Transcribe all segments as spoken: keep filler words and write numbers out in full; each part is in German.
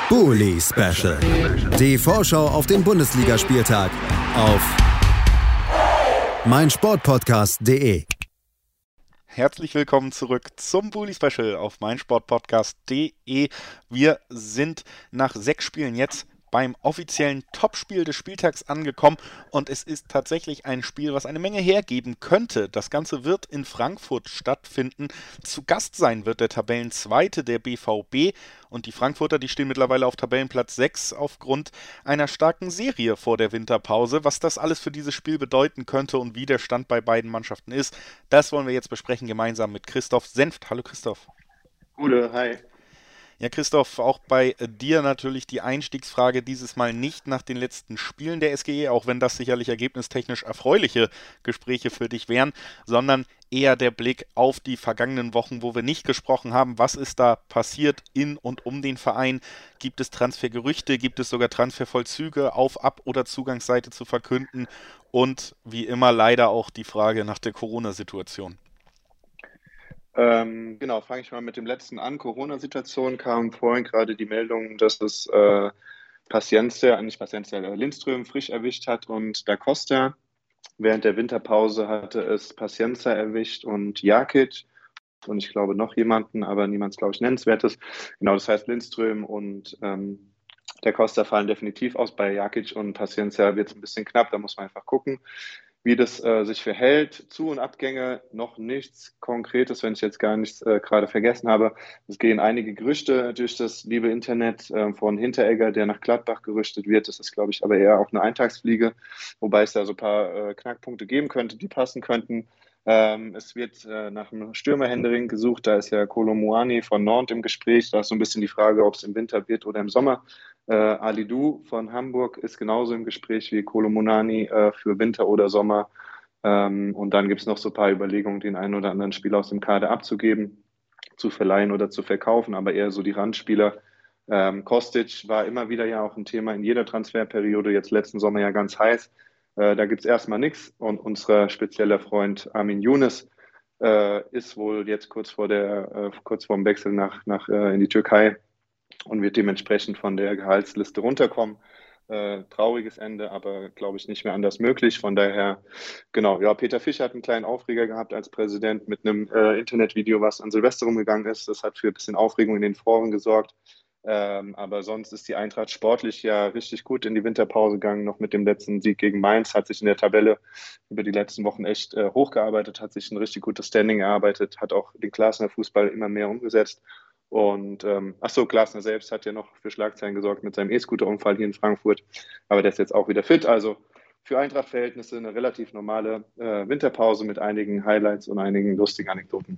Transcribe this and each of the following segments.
Bully Special. Die Vorschau auf den Bundesligaspieltag auf meinsportpodcast punkt de. Herzlich willkommen zurück zum Bully Special auf meinsportpodcast punkt de. Wir sind nach sechs Spielen jetzt beim offiziellen Topspiel des Spieltags angekommen und es ist tatsächlich ein Spiel, was eine Menge hergeben könnte. Das Ganze wird in Frankfurt stattfinden. Zu Gast sein wird der Tabellenzweite, der B V B, und die Frankfurter, die stehen mittlerweile auf Tabellenplatz sechs aufgrund einer starken Serie vor der Winterpause. Was das alles für dieses Spiel bedeuten könnte und wie der Stand bei beiden Mannschaften ist, das wollen wir jetzt besprechen, gemeinsam mit Christoph Senft. Hallo Christoph. Gute, hi. Ja, Christoph, auch bei dir natürlich die Einstiegsfrage dieses Mal nicht nach den letzten Spielen der S G E, auch wenn das sicherlich ergebnistechnisch erfreuliche Gespräche für dich wären, sondern eher der Blick auf die vergangenen Wochen, wo wir nicht gesprochen haben. Was ist da passiert in und um den Verein? Gibt es Transfergerüchte? Gibt es sogar Transfervollzüge auf Ab- oder Zugangsseite zu verkünden? Und wie immer leider auch die Frage nach der Corona-Situation. Ähm, genau, fange ich mal mit dem letzten an. Corona-Situation kam vorhin gerade die Meldung, dass es äh, Paciencia, nicht Paciencia, Lindström frisch erwischt hat und Da Costa. Während der Winterpause hatte es Paciencia erwischt und Jakic und ich glaube noch jemanden, aber niemand, glaube ich, Nennenswertes. Genau, das heißt Lindström und ähm, Da Costa fallen definitiv aus. Bei Jakic und Paciencia wird es ein bisschen knapp, da muss man einfach gucken, wie das äh, sich verhält. Zu- und Abgänge noch nichts Konkretes, wenn ich jetzt gar nichts äh, gerade vergessen habe. Es gehen einige Gerüchte durch das liebe Internet äh, von Hinteregger, der nach Gladbach gerüstet wird. Das ist, glaube ich, aber eher auch eine Eintagsfliege, wobei es da so ein paar äh, Knackpunkte geben könnte, die passen könnten. Ähm, es wird äh, nach einem Stürmerhändering gesucht. Da ist ja Kolo Muani von Nantes im Gespräch. Da ist so ein bisschen die Frage, ob es im Winter wird oder im Sommer. Äh, Alidou von Hamburg ist genauso im Gespräch wie Kolo Muani äh, für Winter oder Sommer. Ähm, und dann gibt es noch so ein paar Überlegungen, den einen oder anderen Spieler aus dem Kader abzugeben, zu verleihen oder zu verkaufen, aber eher so die Randspieler. Ähm, Kostic war immer wieder ja auch ein Thema in jeder Transferperiode, jetzt letzten Sommer ja ganz heiß. Äh, da gibt es erstmal nichts und unser spezieller Freund Armin Younes äh, ist wohl jetzt kurz vor der, äh, kurz vor dem Wechsel nach, nach äh, in die Türkei und wird dementsprechend von der Gehaltsliste runterkommen. Äh, trauriges Ende, aber glaube ich nicht mehr anders möglich. Von daher, genau, ja, Peter Fischer hat einen kleinen Aufreger gehabt als Präsident mit einem äh, Internetvideo, was an Silvester rumgegangen ist. Das hat für ein bisschen Aufregung in den Foren gesorgt. Ähm, aber sonst ist die Eintracht sportlich ja richtig gut in die Winterpause gegangen, noch mit dem letzten Sieg gegen Mainz, hat sich in der Tabelle über die letzten Wochen echt äh, hochgearbeitet, hat sich ein richtig gutes Standing erarbeitet, hat auch den Glasner Fußball immer mehr umgesetzt. Und ähm, ach so, Glasner selbst hat ja noch für Schlagzeilen gesorgt mit seinem E-Scooter-Unfall hier in Frankfurt, aber der ist jetzt auch wieder fit. Also für Eintracht-Verhältnisse eine relativ normale äh, Winterpause mit einigen Highlights und einigen lustigen Anekdoten.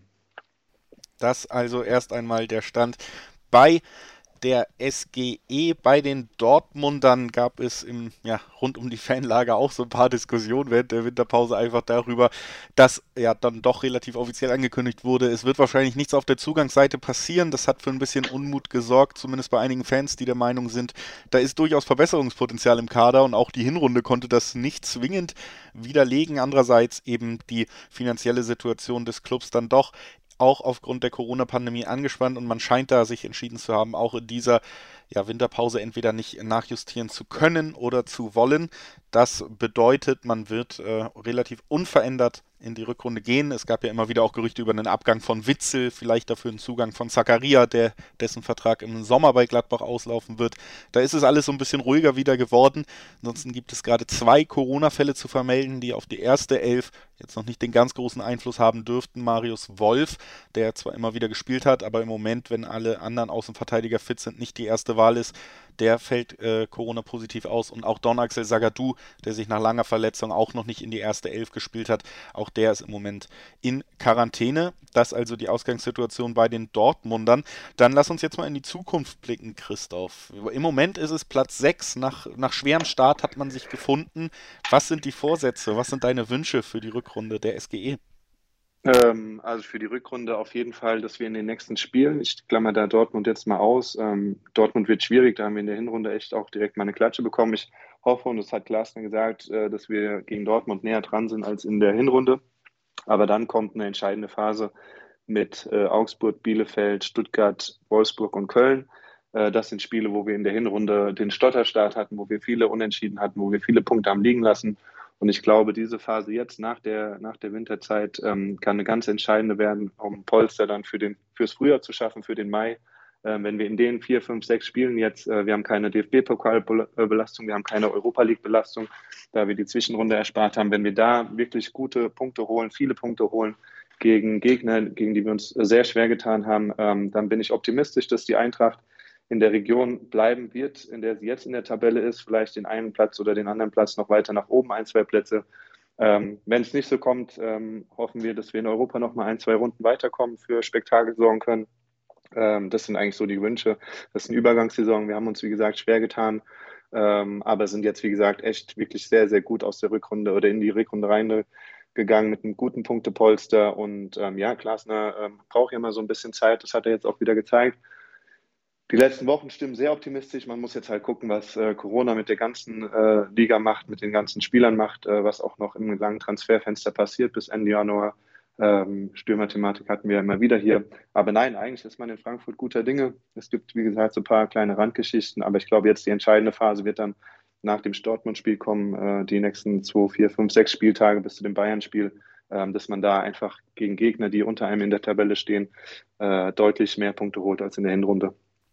Das also erst einmal der Stand bei der S G E. Bei den Dortmundern gab es im, ja, rund um die Fanlager auch so ein paar Diskussionen während der Winterpause einfach darüber, dass ja dann doch relativ offiziell angekündigt wurde, es wird wahrscheinlich nichts auf der Zugangsseite passieren. Das hat für ein bisschen Unmut gesorgt, zumindest bei einigen Fans, die der Meinung sind, da ist durchaus Verbesserungspotenzial im Kader und auch die Hinrunde konnte das nicht zwingend widerlegen. Andererseits eben die finanzielle Situation des Clubs dann doch auch aufgrund der Corona-Pandemie angespannt und man scheint da sich entschieden zu haben, auch in dieser ja, Winterpause entweder nicht nachjustieren zu können oder zu wollen. Das bedeutet, man wird äh, relativ unverändert in die Rückrunde gehen. Es gab ja immer wieder auch Gerüchte über einen Abgang von Witzel, vielleicht dafür einen Zugang von Zakaria, der dessen Vertrag im Sommer bei Gladbach auslaufen wird. Da ist es alles so ein bisschen ruhiger wieder geworden. Ansonsten gibt es gerade zwei Corona-Fälle zu vermelden, die auf die erste Elf jetzt noch nicht den ganz großen Einfluss haben dürften. Marius Wolf, der zwar immer wieder gespielt hat, aber im Moment, wenn alle anderen Außenverteidiger fit sind, nicht die erste Wahl ist. Der fällt äh, Corona-positiv aus und auch Don Axel Zagadou, der sich nach langer Verletzung auch noch nicht in die erste Elf gespielt hat, auch der ist im Moment in Quarantäne. Das also die Ausgangssituation bei den Dortmundern. Dann lass uns jetzt mal in die Zukunft blicken, Christoph. Im Moment ist es Platz sechs. Nach, nach schwerem Start hat man sich gefunden. Was sind die Vorsätze? Was sind deine Wünsche für die Rückrunde der S G E? Ähm, also für die Rückrunde auf jeden Fall, dass wir in den nächsten Spielen, ich klammer da Dortmund jetzt mal aus, ähm, Dortmund wird schwierig, da haben wir in der Hinrunde echt auch direkt mal eine Klatsche bekommen. Ich hoffe, und das hat Glasner gesagt, äh, dass wir gegen Dortmund näher dran sind als in der Hinrunde. Aber dann kommt eine entscheidende Phase mit äh, Augsburg, Bielefeld, Stuttgart, Wolfsburg und Köln. Äh, das sind Spiele, wo wir in der Hinrunde den Stotterstart hatten, wo wir viele Unentschieden hatten, wo wir viele Punkte haben liegen lassen. Und ich glaube, diese Phase jetzt nach der, nach der Winterzeit ähm, kann eine ganz entscheidende werden, um Polster dann für den, fürs Frühjahr zu schaffen, für den Mai. Äh, wenn wir in den vier, fünf, sechs Spielen jetzt, äh, wir haben keine D F B-Pokalbelastung, wir haben keine Europa-League-Belastung, da wir die Zwischenrunde erspart haben. Wenn wir da wirklich gute Punkte holen, viele Punkte holen gegen Gegner, gegen die wir uns sehr schwer getan haben, ähm, dann bin ich optimistisch, dass die Eintracht in der Region bleiben wird, in der sie jetzt in der Tabelle ist, vielleicht den einen Platz oder den anderen Platz noch weiter nach oben, ein, zwei Plätze. Ähm, wenn es nicht so kommt, ähm, hoffen wir, dass wir in Europa noch mal ein, zwei Runden weiterkommen, für Spektakel sorgen können. Ähm, das sind eigentlich so die Wünsche. Das ist eine Übergangssaison. Wir haben uns, wie gesagt, schwer getan, ähm, aber sind jetzt, wie gesagt, echt wirklich sehr, sehr gut aus der Rückrunde oder in die Rückrunde reingegangen mit einem guten Punktepolster. Und ähm, ja, Glasner ähm, braucht ja mal so ein bisschen Zeit. Das hat er jetzt auch wieder gezeigt. Die letzten Wochen stimmen sehr optimistisch. Man muss jetzt halt gucken, was äh, Corona mit der ganzen äh, Liga macht, mit den ganzen Spielern macht, äh, was auch noch im langen Transferfenster passiert bis Ende Januar. Ähm, Stürmerthematik hatten wir immer wieder hier. Aber nein, eigentlich ist man in Frankfurt guter Dinge. Es gibt, wie gesagt, so ein paar kleine Randgeschichten. Aber ich glaube, jetzt die entscheidende Phase wird dann nach dem Dortmund-Spiel kommen, äh, die nächsten zwei, vier, fünf, sechs Spieltage bis zu dem Bayern-Spiel, äh, dass man da einfach gegen Gegner, die unter einem in der Tabelle stehen, äh, deutlich mehr Punkte holt als in der Hinrunde.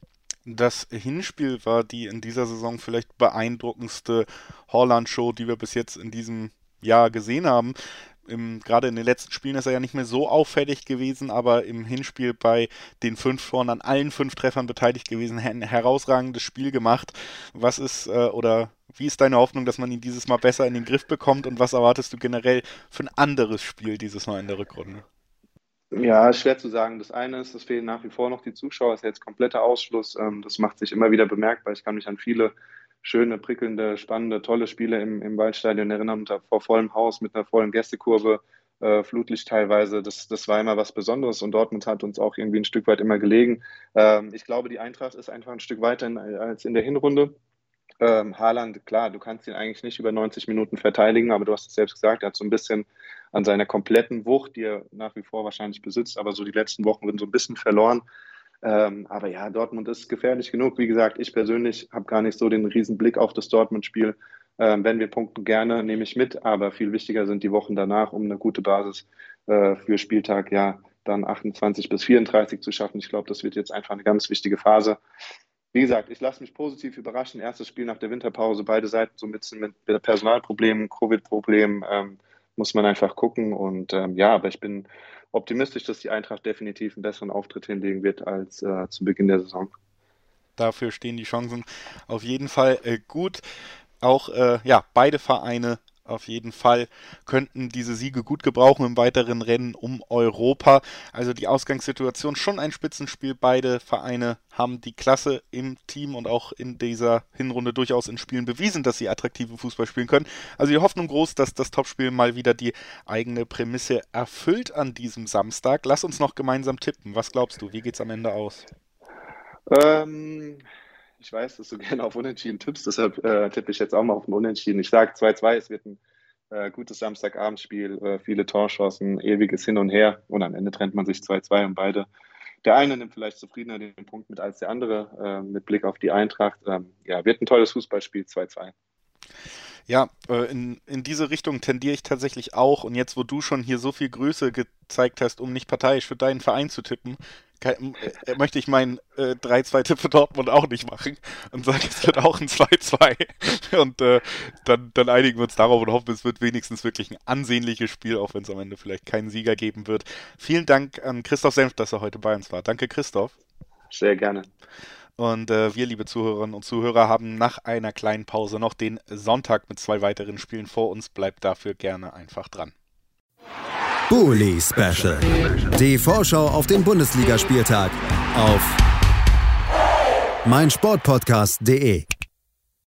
Das Hinspiel war die in dieser Saison vielleicht beeindruckendste Haaland-Show, die wir bis jetzt in diesem Jahr gesehen haben. Im, gerade in den letzten Spielen ist er ja nicht mehr so auffällig gewesen, aber im Hinspiel bei den fünf Toren an allen fünf Treffern beteiligt gewesen, ein herausragendes Spiel gemacht. Was ist äh, oder wie ist deine Hoffnung, dass man ihn dieses Mal besser in den Griff bekommt und was erwartest du generell für ein anderes Spiel dieses Mal in der Rückrunde? Ja, schwer zu sagen. Das eine ist, es fehlen nach wie vor noch die Zuschauer. Das ist jetzt kompletter Ausschluss. Das macht sich immer wieder bemerkbar. Ich kann mich an viele schöne, prickelnde, spannende, tolle Spiele im, im Waldstadion erinnern, vor vollem Haus mit einer vollen Gästekurve, äh, Flutlicht teilweise. Das, das war immer was Besonderes und Dortmund hat uns auch irgendwie ein Stück weit immer gelegen. Ähm, ich glaube, die Eintracht ist einfach ein Stück weiter in, als in der Hinrunde. Ähm, Haaland, klar, du kannst ihn eigentlich nicht über neunzig Minuten verteidigen, aber du hast es selbst gesagt, er hat so ein bisschen an seiner kompletten Wucht, die er nach wie vor wahrscheinlich besitzt, aber so die letzten Wochen sind so ein bisschen verloren. Ähm, aber ja, Dortmund ist gefährlich genug. Wie gesagt, ich persönlich habe gar nicht so den riesen Blick auf das Dortmund-Spiel. Ähm, wenn wir punkten, gerne, nehme ich mit, aber viel wichtiger sind die Wochen danach, um eine gute Basis äh, für Spieltag, ja, dann achtundzwanzig bis vierunddreißig zu schaffen. Ich glaube, das wird jetzt einfach eine ganz wichtige Phase. Wie gesagt, ich lasse mich positiv überraschen. Erstes Spiel nach der Winterpause, beide Seiten so mit, mit Personalproblemen, Covid-Problemen, ähm, muss man einfach gucken. Und ähm, ja, aber ich bin optimistisch, dass die Eintracht definitiv einen besseren Auftritt hinlegen wird als äh, zu Beginn der Saison. Dafür stehen die Chancen auf jeden Fall äh, gut. Auch äh, ja, beide Vereine auf jeden Fall könnten diese Siege gut gebrauchen im weiteren Rennen um Europa. Also die Ausgangssituation schon ein Spitzenspiel. Beide Vereine haben die Klasse im Team und auch in dieser Hinrunde durchaus in Spielen bewiesen, dass sie attraktive Fußball spielen können. Also die Hoffnung groß, dass das Topspiel mal wieder die eigene Prämisse erfüllt an diesem Samstag. Lass uns noch gemeinsam tippen. Was glaubst du? Wie geht's am Ende aus? Ähm... Ich weiß, dass du gerne auf Unentschieden tippst, deshalb äh, tippe ich jetzt auch mal auf ein Unentschieden. Ich sage zwei zwei, es wird ein äh, gutes Samstagabendspiel, äh, viele Torchancen, ewiges Hin und Her und am Ende trennt man sich zwei zwei und beide. Der eine nimmt vielleicht zufriedener den Punkt mit als der andere, äh, mit Blick auf die Eintracht. Ähm, ja, wird ein tolles Fußballspiel, zwei zwei. Ja, in, in diese Richtung tendiere ich tatsächlich auch. Und jetzt, wo du schon hier so viel Größe gezeigt hast, um nicht parteiisch für deinen Verein zu tippen, kann, äh, möchte ich meinen äh, drei zwei Tipp für Dortmund auch nicht machen und sage, es wird auch ein zwei zwei. Und äh, dann, dann einigen wir uns darauf und hoffen, es wird wenigstens wirklich ein ansehnliches Spiel, auch wenn es am Ende vielleicht keinen Sieger geben wird. Vielen Dank an Christoph Senft, dass er heute bei uns war. Danke, Christoph. Sehr gerne. Und äh, wir, liebe Zuhörerinnen und Zuhörer, haben nach einer kleinen Pause noch den Sonntag mit zwei weiteren Spielen vor uns. Bleibt dafür gerne einfach dran. Bully Special. Die Vorschau auf den Bundesligaspieltag auf meinsportpodcast punkt de.